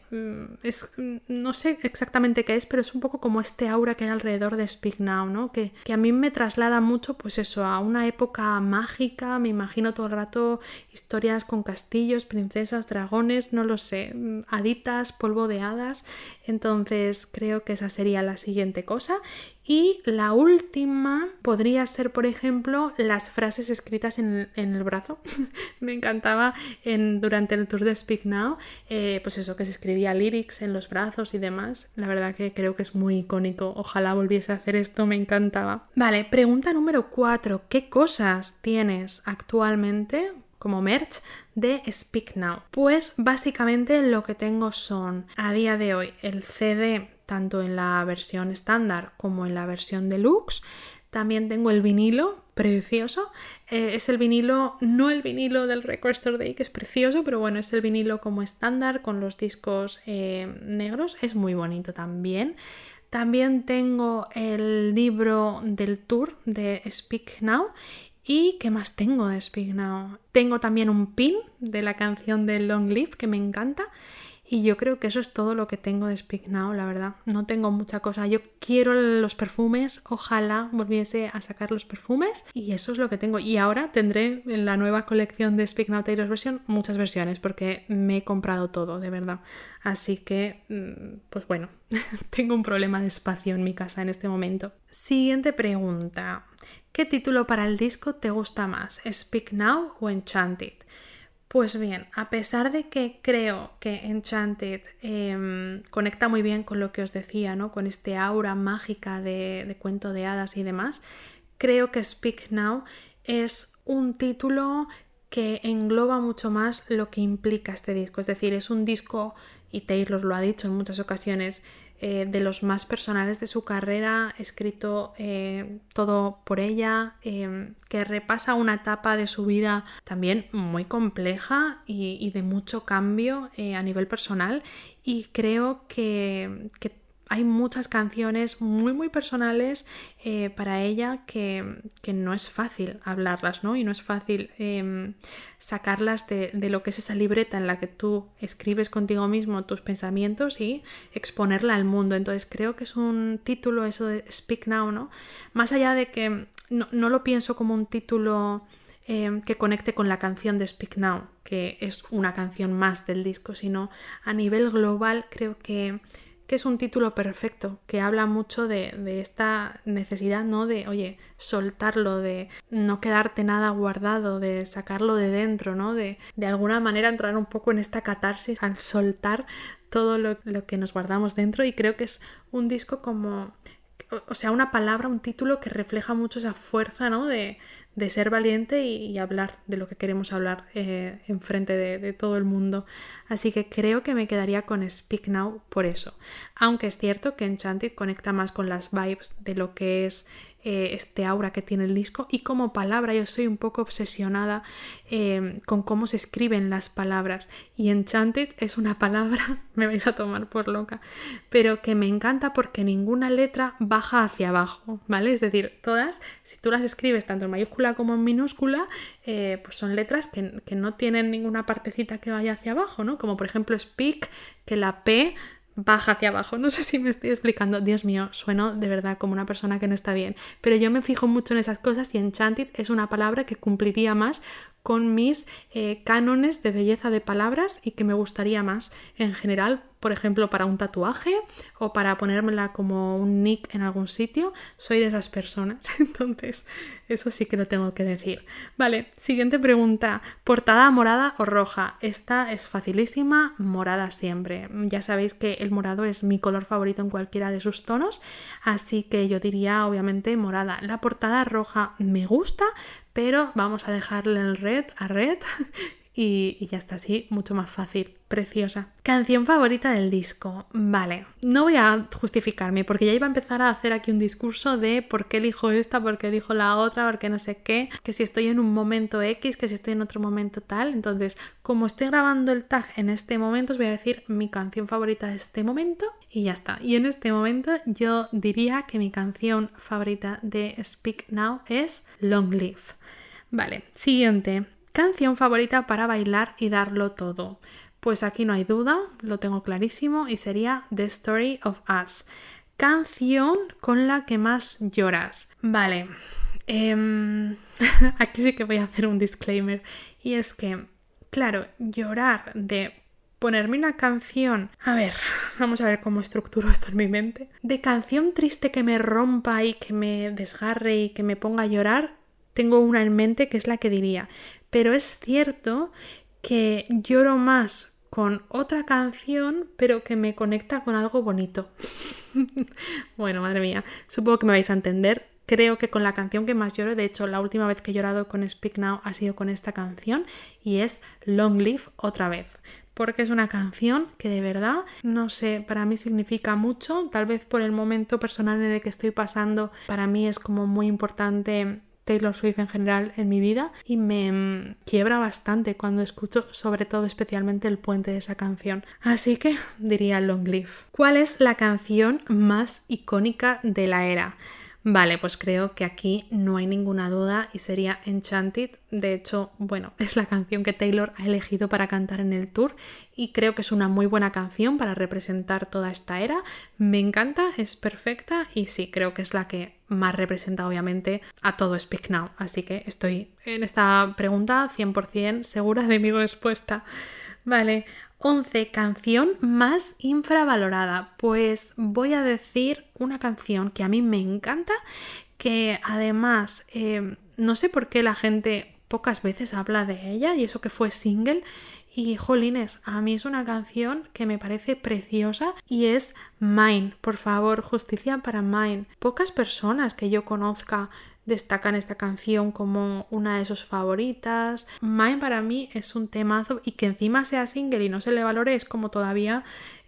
No sé exactamente qué es, pero es un poco como este aura que hay alrededor de Speak Now, ¿no? Que a mí me traslada mucho, pues eso, a una época mágica. Me imagino todo el rato historias con castillos, princesas, dragones, no lo sé, haditas, polvo de hadas. Entonces creo que esa sería la siguiente cosa. Y la última podría ser, por ejemplo, las frases escritas en el brazo. Me encantaba durante el tour de Speak Now, pues eso, que se escribía lyrics en los brazos y demás. La verdad que creo que es muy icónico. Ojalá volviese a hacer esto, me encantaba. Vale, pregunta número 4. ¿Qué cosas tienes actualmente como merch de Speak Now? Pues básicamente lo que tengo son, a día de hoy, el CD tanto en la versión estándar como en la versión deluxe. También tengo el vinilo, precioso. Es el vinilo, no el vinilo del Record Store Day, que es precioso, pero bueno, es el vinilo como estándar con los discos negros. Es muy bonito también. También tengo el libro del tour de Speak Now. ¿Y qué más tengo de Speak Now? Tengo también un pin de la canción de Long Live que me encanta. Y yo creo que eso es todo lo que tengo de Speak Now, la verdad. No tengo mucha cosa. Yo quiero los perfumes, ojalá volviese a sacar los perfumes. Y eso es lo que tengo. Y ahora tendré en la nueva colección de Speak Now Taylor's Version muchas versiones, porque me he comprado todo, de verdad. Así que, pues bueno, tengo un problema de espacio en mi casa en este momento. Siguiente pregunta. ¿Qué título para el disco te gusta más? ¿Speak Now o Enchanted? Pues bien, a pesar de que creo que Enchanted conecta muy bien con lo que os decía, ¿no? Con este aura mágica de cuento de hadas y demás, creo que Speak Now es un título que engloba mucho más lo que implica este disco. Es decir, es un disco, y Taylor lo ha dicho en muchas ocasiones, de los más personales de su carrera, escrito todo por ella, que repasa una etapa de su vida también muy compleja y de mucho cambio a nivel personal, y creo que hay muchas canciones muy muy personales para ella que no es fácil hablarlas, ¿no? Y no es fácil sacarlas de lo que es esa libreta en la que tú escribes contigo mismo tus pensamientos y exponerla al mundo. Entonces creo que es un título, eso de Speak Now, ¿no? Más allá de que no lo pienso como un título que conecte con la canción de Speak Now, que es una canción más del disco, sino a nivel global creo que es un título perfecto, que habla mucho de esta necesidad, ¿no? De, oye, soltarlo, de no quedarte nada guardado, de sacarlo de dentro, ¿no? De alguna manera entrar un poco en esta catarsis al soltar todo lo que nos guardamos dentro, y creo que es un disco como, o sea, una palabra, un título que refleja mucho esa fuerza, ¿no? De ser valiente y hablar de lo que queremos hablar enfrente de todo el mundo. Así que creo que me quedaría con Speak Now por eso. Aunque es cierto que Enchanted conecta más con las vibes de lo que es este aura que tiene el disco, y como palabra yo soy un poco obsesionada con cómo se escriben las palabras, y Enchanted es una palabra, me vais a tomar por loca, pero que me encanta porque ninguna letra baja hacia abajo, ¿vale? Es decir, todas, si tú las escribes tanto en mayúscula como en minúscula, pues son letras que no tienen ninguna partecita que vaya hacia abajo, ¿no? Como por ejemplo Speak, que la P baja hacia abajo. No sé si me estoy explicando. Dios mío, sueno de verdad como una persona que no está bien. Pero yo me fijo mucho en esas cosas, y Enchanted es una palabra que cumpliría más con mis cánones de belleza de palabras, y que me gustaría más en general, por ejemplo, para un tatuaje o para ponérmela como un nick en algún sitio. Soy de esas personas, entonces eso sí que lo tengo que decir. Vale, siguiente pregunta. ¿Portada morada o roja? Esta es facilísima, morada siempre. Ya sabéis que el morado es mi color favorito en cualquiera de sus tonos, así que yo diría obviamente morada. La portada roja me gusta, pero vamos a dejarle el red a red y ya está, así, mucho más fácil. Preciosa. Canción favorita del disco. Vale, no voy a justificarme porque ya iba a empezar a hacer aquí un discurso de por qué elijo esta, por qué elijo la otra, por qué no sé qué, que si estoy en un momento X, que si estoy en otro momento tal. Entonces, como estoy grabando el tag en este momento, os voy a decir mi canción favorita de este momento y ya está. Y en este momento yo diría que mi canción favorita de Speak Now es Long Live. Vale, siguiente. Canción favorita para bailar y darlo todo. Pues aquí no hay duda, lo tengo clarísimo y sería The Story of Us. Canción con la que más lloras. Vale, aquí sí que voy a hacer un disclaimer. Y es que, claro, llorar de ponerme una canción... A ver, vamos a ver cómo estructuro esto en mi mente. De canción triste que me rompa y que me desgarre y que me ponga a llorar, tengo una en mente que es la que diría. Pero es cierto que lloro más con otra canción, pero que me conecta con algo bonito. Bueno, madre mía, supongo que me vais a entender. Creo que con la canción que más lloro, de hecho, la última vez que he llorado con Speak Now ha sido con esta canción y es Long Live otra vez. Porque es una canción que de verdad, no sé, para mí significa mucho. Tal vez por el momento personal en el que estoy pasando, para mí es como muy importante Taylor Swift en general en mi vida y me quiebra bastante cuando escucho, sobre todo especialmente el puente de esa canción. Así que diría Long Live. ¿Cuál es la canción más icónica de la era? Vale, pues creo que aquí no hay ninguna duda y sería Enchanted. De hecho, bueno, es la canción que Taylor ha elegido para cantar en el tour y creo que es una muy buena canción para representar toda esta era. Me encanta, es perfecta y sí, creo que es la que más representa obviamente a todo Speak Now. Así que estoy en esta pregunta 100% segura de mi respuesta. Vale. 11. Canción más infravalorada. Pues voy a decir una canción que a mí me encanta, que además no sé por qué la gente pocas veces habla de ella y eso que fue single. Y jolines, a mí es una canción que me parece preciosa y es Mine. Por favor, justicia para Mine. Pocas personas que yo conozca destacan esta canción como una de sus favoritas. Mine para mí es un temazo y que encima sea single y no se le valore es como todavía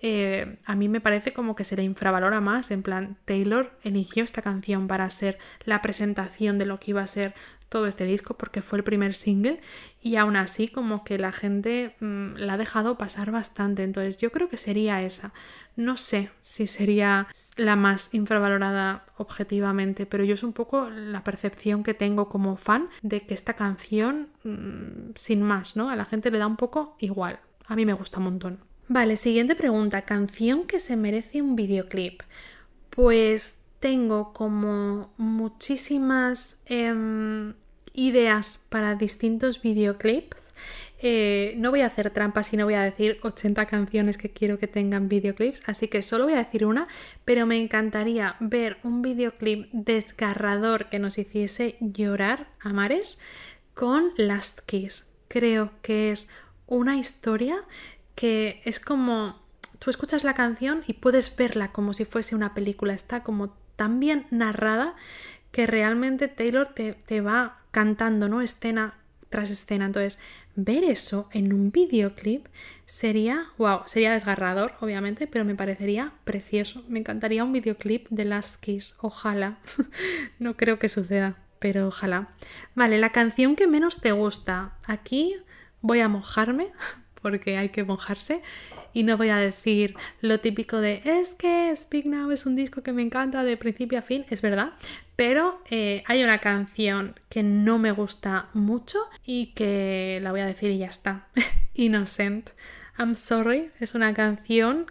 a mí me parece como que se le infravalora más. En plan, Taylor eligió esta canción para ser la presentación de lo que iba a ser todo este disco porque fue el primer single y aún así como que la gente la ha dejado pasar bastante. Entonces yo creo que sería esa. No sé si sería la más infravalorada objetivamente, pero yo es un poco la percepción que tengo como fan de que esta canción sin más, ¿no? A la gente le da un poco igual. A mí me gusta un montón. Vale, siguiente pregunta. ¿Canción que se merece un videoclip? Pues tengo como muchísimas ideas para distintos videoclips. No voy a hacer trampas y no voy a decir 80 canciones que quiero que tengan videoclips, así que solo voy a decir una, pero me encantaría ver un videoclip desgarrador que nos hiciese llorar a mares con Last Kiss. Creo que es una historia que es como... Tú escuchas la canción y puedes verla como si fuese una película, está como tan bien narrada que realmente Taylor te va cantando, ¿no? Escena tras escena. Entonces, ver eso en un videoclip sería, wow, sería desgarrador, obviamente, pero me parecería precioso. Me encantaría un videoclip de Last Kiss, ojalá. No creo que suceda, pero ojalá. Vale, la canción que menos te gusta. Aquí voy a mojarme, porque hay que mojarse. Y no voy a decir lo típico de es que Speak Now es un disco que me encanta de principio a fin, es verdad, pero hay una canción que no me gusta mucho y que la voy a decir y ya está. Innocent. I'm Sorry es una canción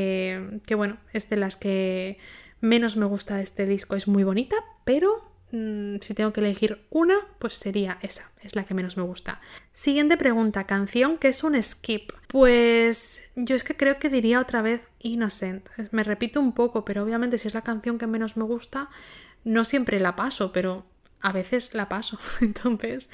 que bueno, es de las que menos me gusta de este disco. Es muy bonita, pero si tengo que elegir una, pues sería esa, es la que menos me gusta. Siguiente pregunta, canción que es un skip. Pues yo es que creo que diría otra vez Innocent. Me repito un poco, pero obviamente si es la canción que menos me gusta, no siempre la paso, pero a veces la paso. Entonces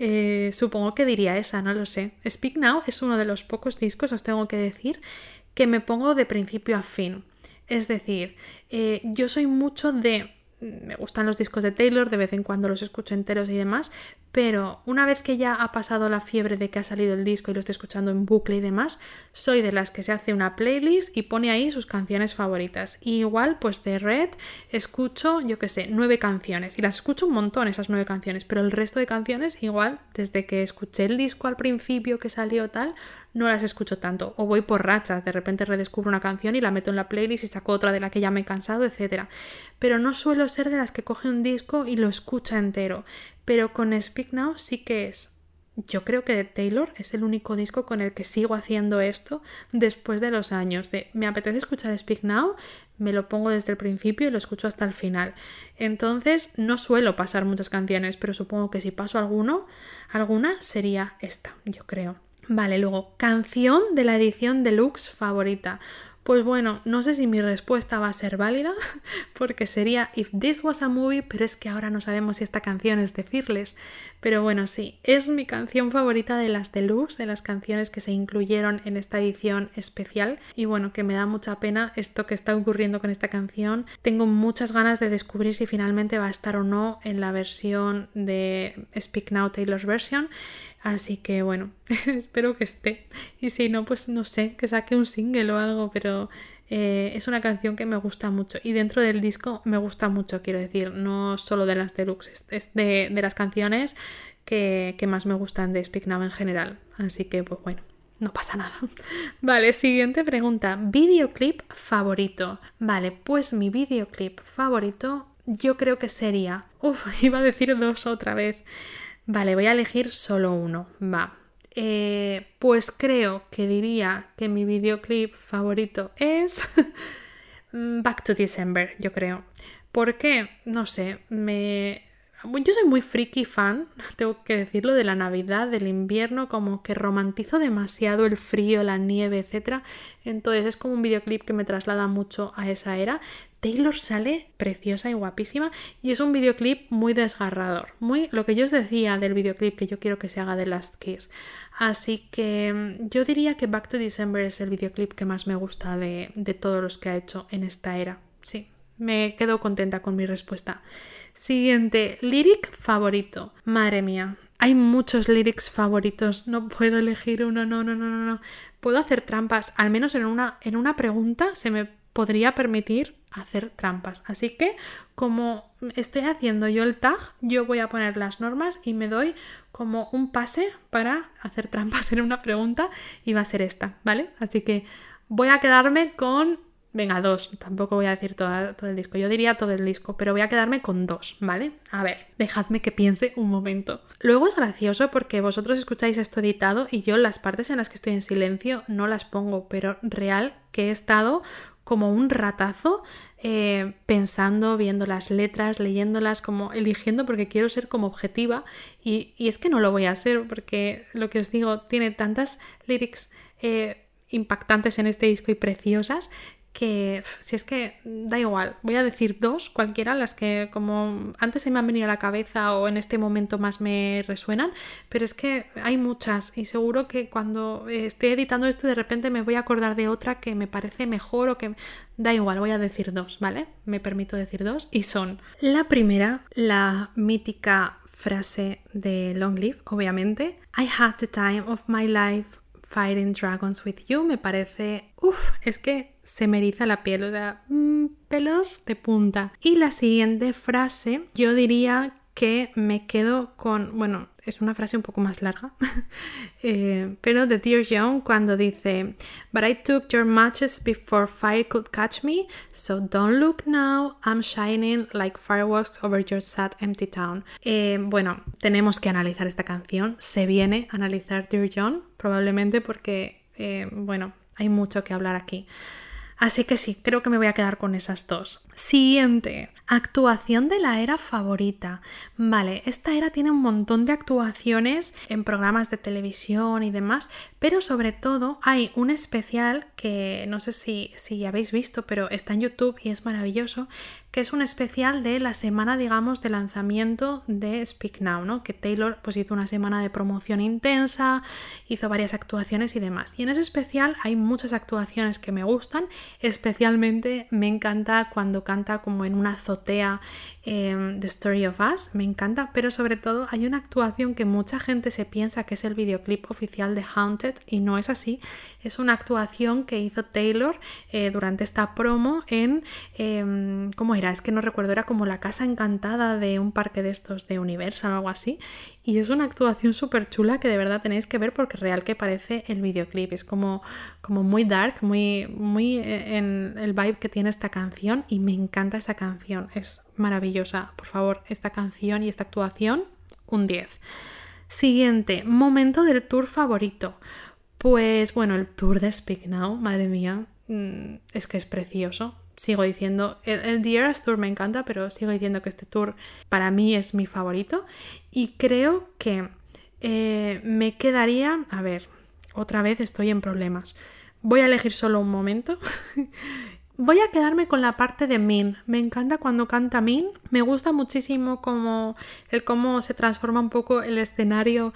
supongo que diría esa, no lo sé. Speak Now es uno de los pocos discos, os tengo que decir, que me pongo de principio a fin. Es decir, yo soy mucho de... Me gustan los discos de Taylor, de vez en cuando los escucho enteros y demás, pero una vez que ya ha pasado la fiebre de que ha salido el disco y lo estoy escuchando en bucle y demás, soy de las que se hace una playlist y pone ahí sus canciones favoritas. Y igual, pues de Red escucho, yo qué sé, 9 canciones. Y las escucho un montón esas 9 canciones, pero el resto de canciones igual, desde que escuché el disco al principio que salió tal, no las escucho tanto, o voy por rachas, de repente redescubro una canción y la meto en la playlist y saco otra de la que ya me he cansado, etc. Pero no suelo ser de las que coge un disco y lo escucha entero, pero con Speak Now sí que es. Yo creo que de Taylor es el único disco con el que sigo haciendo esto después de los años. Me apetece escuchar Speak Now, me lo pongo desde el principio y lo escucho hasta el final. Entonces no suelo pasar muchas canciones, pero supongo que si paso alguna sería esta, yo creo. Vale, luego, canción de la edición deluxe favorita. Pues bueno, no sé si mi respuesta va a ser válida, porque sería If This Was a Movie, pero es que ahora no sabemos si esta canción es de Fearless. Pero bueno, sí, es mi canción favorita de las deluxe, de las canciones que se incluyeron en esta edición especial. Y bueno, que me da mucha pena esto que está ocurriendo con esta canción. Tengo muchas ganas de descubrir si finalmente va a estar o no en la versión de Speak Now, Taylor's version. Así que bueno, espero que esté. Y si no, pues no sé, que saque un single o algo, pero es una canción que me gusta mucho. Y dentro del disco me gusta mucho, quiero decir, no solo de las deluxe, es de las canciones que más me gustan de Speak Now en general. Así que pues bueno, no pasa nada. Vale, siguiente pregunta. ¿Videoclip favorito? Vale, pues mi videoclip favorito yo creo que sería... iba a decir 2 otra vez. Vale, voy a elegir solo uno. Va. Pues creo que diría que mi videoclip favorito es Back to December, yo creo. ¿Por qué? No sé, yo soy muy friki fan, tengo que decirlo, de la Navidad, del invierno, como que romantizo demasiado el frío, la nieve, etc. Entonces es como un videoclip que me traslada mucho a esa era. Taylor sale preciosa y guapísima y es un videoclip muy desgarrador, muy lo que yo os decía del videoclip que yo quiero que se haga de Last Kiss. Así que yo diría que Back to December es el videoclip que más me gusta de todos los que ha hecho en esta era. Sí, me quedo contenta con mi respuesta. Siguiente, lyric favorito. Madre mía, hay muchos lyrics favoritos, no puedo elegir uno, no. Puedo hacer trampas, al menos en una pregunta se me podría permitir hacer trampas. Así que, como estoy haciendo yo el tag, yo voy a poner las normas y me doy como un pase para hacer trampas en una pregunta y va a ser esta, ¿vale? Así que voy a quedarme con... Venga, 2, tampoco voy a decir todo el disco, yo diría todo el disco, pero voy a quedarme con 2, ¿vale? A ver, dejadme que piense un momento. Luego es gracioso porque vosotros escucháis esto editado y yo las partes en las que estoy en silencio no las pongo, pero real que he estado como un ratazo pensando, viendo las letras, leyéndolas, como eligiendo porque quiero ser como objetiva y es que no lo voy a ser porque lo que os digo, tiene tantas lyrics impactantes en este disco y preciosas que si es que da igual, voy a decir 2, cualquiera, las que como antes se me han venido a la cabeza o en este momento más me resuenan, pero es que hay muchas y seguro que cuando esté editando esto de repente me voy a acordar de otra que me parece mejor o que... Da igual, voy a decir 2, ¿vale? Me permito decir 2 y son la primera, la mítica frase de Long Live, obviamente. I had the time of my life fighting dragons with you. Me parece... es que se me eriza la piel, o sea, pelos de punta. Y la siguiente frase, yo diría que me quedo con... Bueno, es una frase un poco más larga, pero de Dear John cuando dice But I took your matches before fire could catch me, so don't look now, I'm shining like fireworks over your sad empty town. Bueno, tenemos que analizar esta canción, se viene a analizar Dear John, probablemente porque, bueno, hay mucho que hablar aquí. Así que sí, creo que me voy a quedar con esas 2. Siguiente, actuación de la era favorita. Vale, esta era tiene un montón de actuaciones en programas de televisión y demás, pero sobre todo hay un especial que no sé si habéis visto, pero está en YouTube y es maravilloso, que es un especial de la semana, digamos, de lanzamiento de Speak Now, ¿no? Que Taylor pues hizo una semana de promoción intensa, hizo varias actuaciones y demás. Y en ese especial hay muchas actuaciones que me gustan, especialmente me encanta cuando canta como en una azotea The Story of Us, me encanta, pero sobre todo hay una actuación que mucha gente se piensa que es el videoclip oficial de Haunted y no es así, es una actuación que hizo Taylor durante esta promo en, ¿cómo era? Es que no recuerdo, era como la casa encantada de un parque de estos de Universal o algo así, y es una actuación súper chula que de verdad tenéis que ver porque real que parece el videoclip. Es como muy dark, muy en el vibe que tiene esta canción y me encanta esa canción. Es maravillosa. Por favor, esta canción y esta actuación, un 10. Siguiente, momento del tour favorito. Pues bueno, el tour de Speak Now, madre mía, es que es precioso. Sigo diciendo, el The Eras Tour me encanta, pero sigo diciendo que este tour para mí es mi favorito. Y creo que me quedaría... A ver, otra vez estoy en problemas. Voy a elegir solo un momento. Voy a quedarme con la parte de Min. Me encanta cuando canta Min. Me gusta muchísimo cómo se transforma un poco el escenario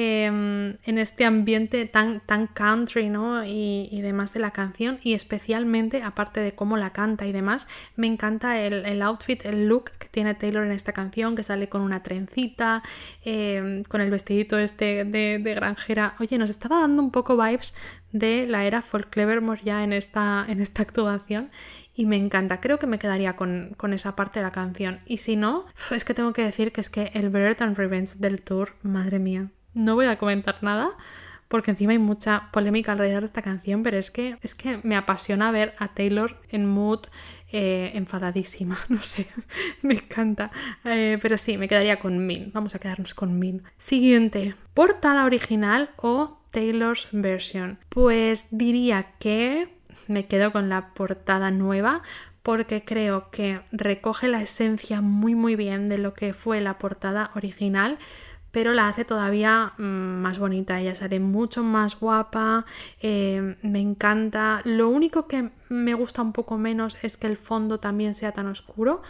en este ambiente tan country, ¿no? Y demás de la canción. Y especialmente, aparte de cómo la canta y demás, me encanta el outfit, el look que tiene Taylor en esta canción, que sale con una trencita, con el vestidito este de granjera. Oye, nos estaba dando un poco vibes de la era Folk Clevermore ya en esta actuación y me encanta. Creo que me quedaría con esa parte de la canción y si no, es que tengo que decir que es que el Better Than Revenge del tour, madre mía, no voy a comentar nada porque encima hay mucha polémica alrededor de esta canción, pero es que me apasiona ver a Taylor en mood enfadadísima, no sé, me encanta, pero sí, me quedaría con Min. Vamos a quedarnos con Min. Siguiente, portada original o Taylor's version. Pues diría que me quedo con la portada nueva porque creo que recoge la esencia muy bien de lo que fue la portada original, pero la hace todavía más bonita. Ella sale mucho más guapa, me encanta. Lo único que me gusta un poco menos es que el fondo también sea tan oscuro.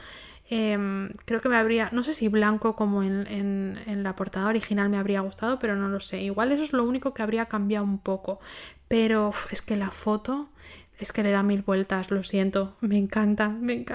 Creo que me habría, no sé si blanco como en la portada original me habría gustado, pero no lo sé. Igual eso es lo único que habría cambiado un poco. Pero es que la foto es que le da 1000 vueltas, lo siento, me encanta.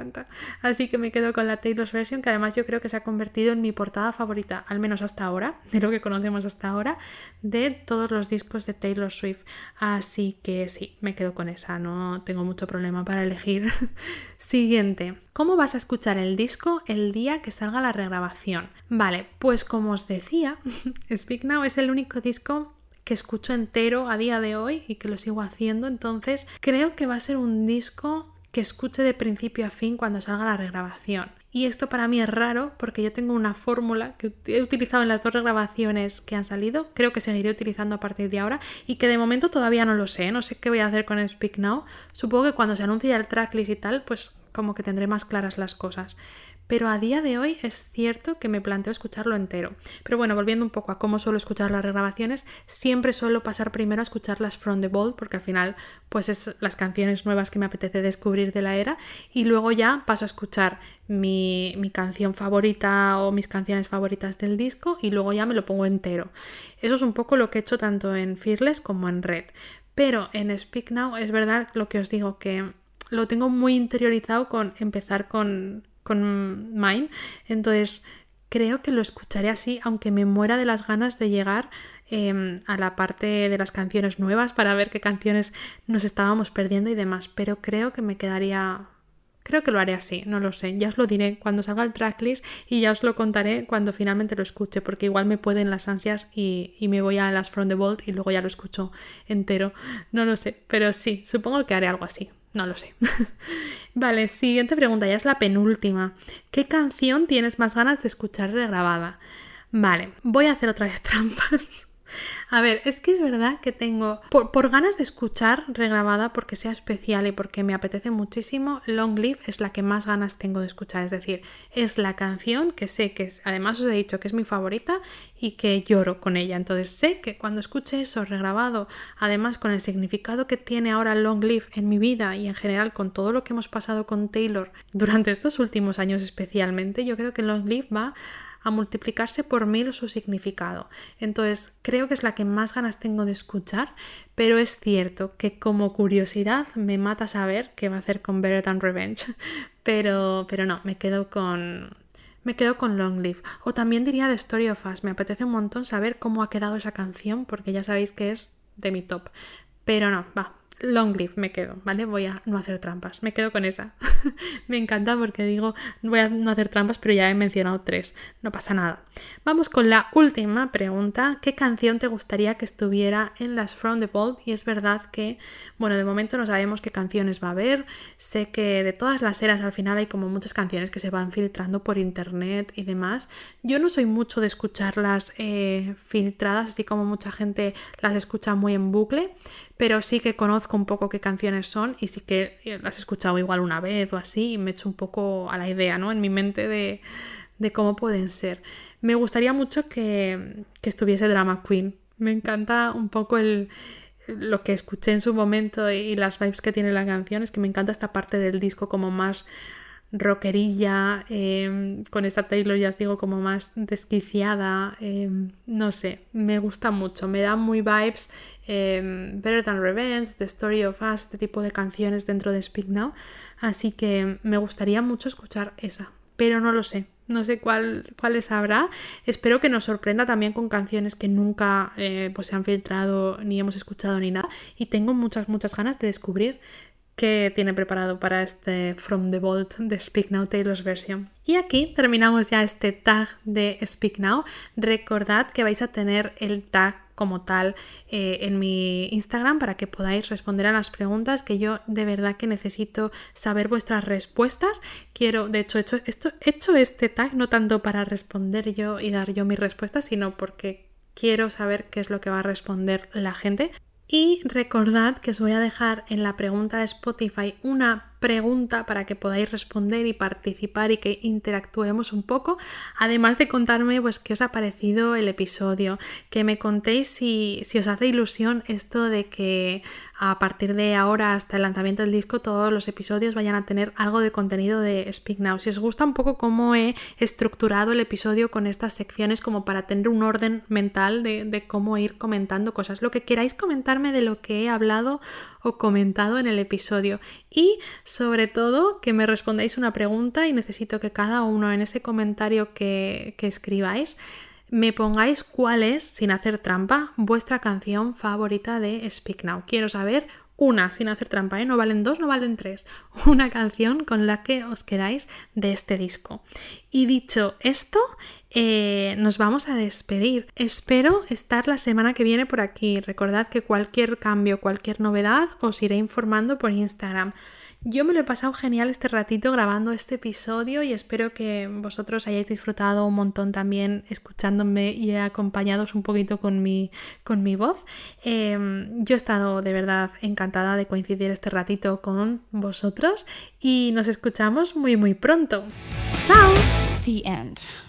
Así que me quedo con la Taylor's version, que además yo creo que se ha convertido en mi portada favorita, al menos hasta ahora, de lo que conocemos hasta ahora, de todos los discos de Taylor Swift. Así que sí, me quedo con esa, no tengo mucho problema para elegir. Siguiente, ¿cómo vas a escuchar el disco el día que salga la regrabación? Vale, pues como os decía, Speak Now es el único disco que escucho entero a día de hoy y que lo sigo haciendo, entonces creo que va a ser un disco que escuche de principio a fin cuando salga la regrabación. Y esto para mí es raro porque yo tengo una fórmula que he utilizado en las 2 regrabaciones que han salido, creo que seguiré utilizando a partir de ahora y que de momento todavía no lo sé, no sé qué voy a hacer con Speak Now. Supongo que cuando se anuncie ya el tracklist y tal, pues como que tendré más claras las cosas. Pero a día de hoy es cierto que me planteo escucharlo entero. Pero bueno, volviendo un poco a cómo suelo escuchar las regrabaciones, siempre suelo pasar primero a escucharlas from the vault, porque al final pues es las canciones nuevas que me apetece descubrir de la era, y luego ya paso a escuchar mi canción favorita o mis canciones favoritas del disco y luego ya me lo pongo entero. Eso es un poco lo que he hecho tanto en Fearless como en Red. Pero en Speak Now es verdad lo que os digo, que lo tengo muy interiorizado con empezar con Mine, entonces creo que lo escucharé así, aunque me muera de las ganas de llegar a la parte de las canciones nuevas para ver qué canciones nos estábamos perdiendo y demás, pero creo que lo haré así, no lo sé, ya os lo diré cuando salga el tracklist y ya os lo contaré cuando finalmente lo escuche, porque igual me pueden las ansias y me voy a las From the Vault y luego ya lo escucho entero, no lo sé, pero sí, supongo que haré algo así. No lo sé. Vale, siguiente pregunta, ya es la penúltima. ¿Qué canción tienes más ganas de escuchar regrabada? Vale, voy a hacer otra vez trampas. A ver, es que es verdad que tengo, por ganas de escuchar regrabada, porque sea especial y porque me apetece muchísimo, Long Live es la que más ganas tengo de escuchar, es decir, es la canción que sé que es, además os he dicho que es mi favorita y que lloro con ella, entonces sé que cuando escuche eso regrabado, además con el significado que tiene ahora Long Live en mi vida y en general con todo lo que hemos pasado con Taylor durante estos últimos años especialmente, yo creo que Long Live va a multiplicarse por 1000 su significado. Entonces creo que es la que más ganas tengo de escuchar, pero es cierto que como curiosidad me mata saber qué va a hacer con Better Than Revenge, pero no, me quedo con Long Live. O también diría The Story of Us, me apetece un montón saber cómo ha quedado esa canción porque ya sabéis que es de mi top, pero no, va. Long Live me quedo, ¿vale? Voy a no hacer trampas, me quedo con esa. Me encanta porque digo, voy a no hacer trampas, pero ya he mencionado 3. No pasa nada. Vamos con la última pregunta. ¿Qué canción te gustaría que estuviera en las From the Vault? Y es verdad que, bueno, de momento no sabemos qué canciones va a haber. Sé que de todas las eras al final hay como muchas canciones que se van filtrando por internet y demás. Yo no soy mucho de escucharlas filtradas, así como mucha gente las escucha muy en bucle, pero sí que conozco un poco qué canciones son y sí que las he escuchado igual una vez o así y me echo un poco a la idea, ¿no? En mi mente de cómo pueden ser. Me gustaría mucho que estuviese Drama Queen. Me encanta un poco lo que escuché en su momento y las vibes que tiene la canción. Es que me encanta esta parte del disco como más rockerilla, con esta Taylor, ya os digo, como más desquiciada, no sé, me gusta mucho, me da muy vibes Better Than Revenge, The Story of Us, este tipo de canciones dentro de Speak Now, así que me gustaría mucho escuchar esa, pero no lo sé. No sé cuáles habrá. Espero que nos sorprenda también con canciones que nunca pues se han filtrado ni hemos escuchado ni nada. Y tengo muchas ganas de descubrir qué tiene preparado para este From the Vault de Speak Now Taylor's Version. Y aquí terminamos ya este tag de Speak Now. Recordad que vais a tener el tag como tal en mi Instagram para que podáis responder a las preguntas, que yo de verdad que necesito saber vuestras respuestas. De hecho, he hecho este tag no tanto para responder yo y dar yo mis respuestas, sino porque quiero saber qué es lo que va a responder la gente. Y recordad que os voy a dejar en la pregunta de Spotify una pregunta para que podáis responder y participar y que interactuemos un poco, además de contarme pues qué os ha parecido el episodio, que me contéis si os hace ilusión esto de que a partir de ahora hasta el lanzamiento del disco todos los episodios vayan a tener algo de contenido de Speak Now. Si os gusta un poco cómo he estructurado el episodio con estas secciones como para tener un orden mental de cómo ir comentando cosas, lo que queráis comentarme de lo que he hablado o comentado en el episodio, y sobre todo que me respondáis una pregunta, y necesito que cada uno en ese comentario que escribáis me pongáis cuál es, sin hacer trampa, vuestra canción favorita de Speak Now. Quiero saber una, sin hacer trampa, no valen 2, no valen 3, una canción con la que os quedáis de este disco. Y dicho esto, nos vamos a despedir. Espero estar la semana que viene por aquí. Recordad que cualquier cambio, cualquier novedad os iré informando por Instagram. Yo me lo he pasado genial este ratito grabando este episodio y espero que vosotros hayáis disfrutado un montón también escuchándome y acompañados un poquito con mi voz. Yo he estado de verdad encantada de coincidir este ratito con vosotros y nos escuchamos muy pronto. ¡Chao! The end.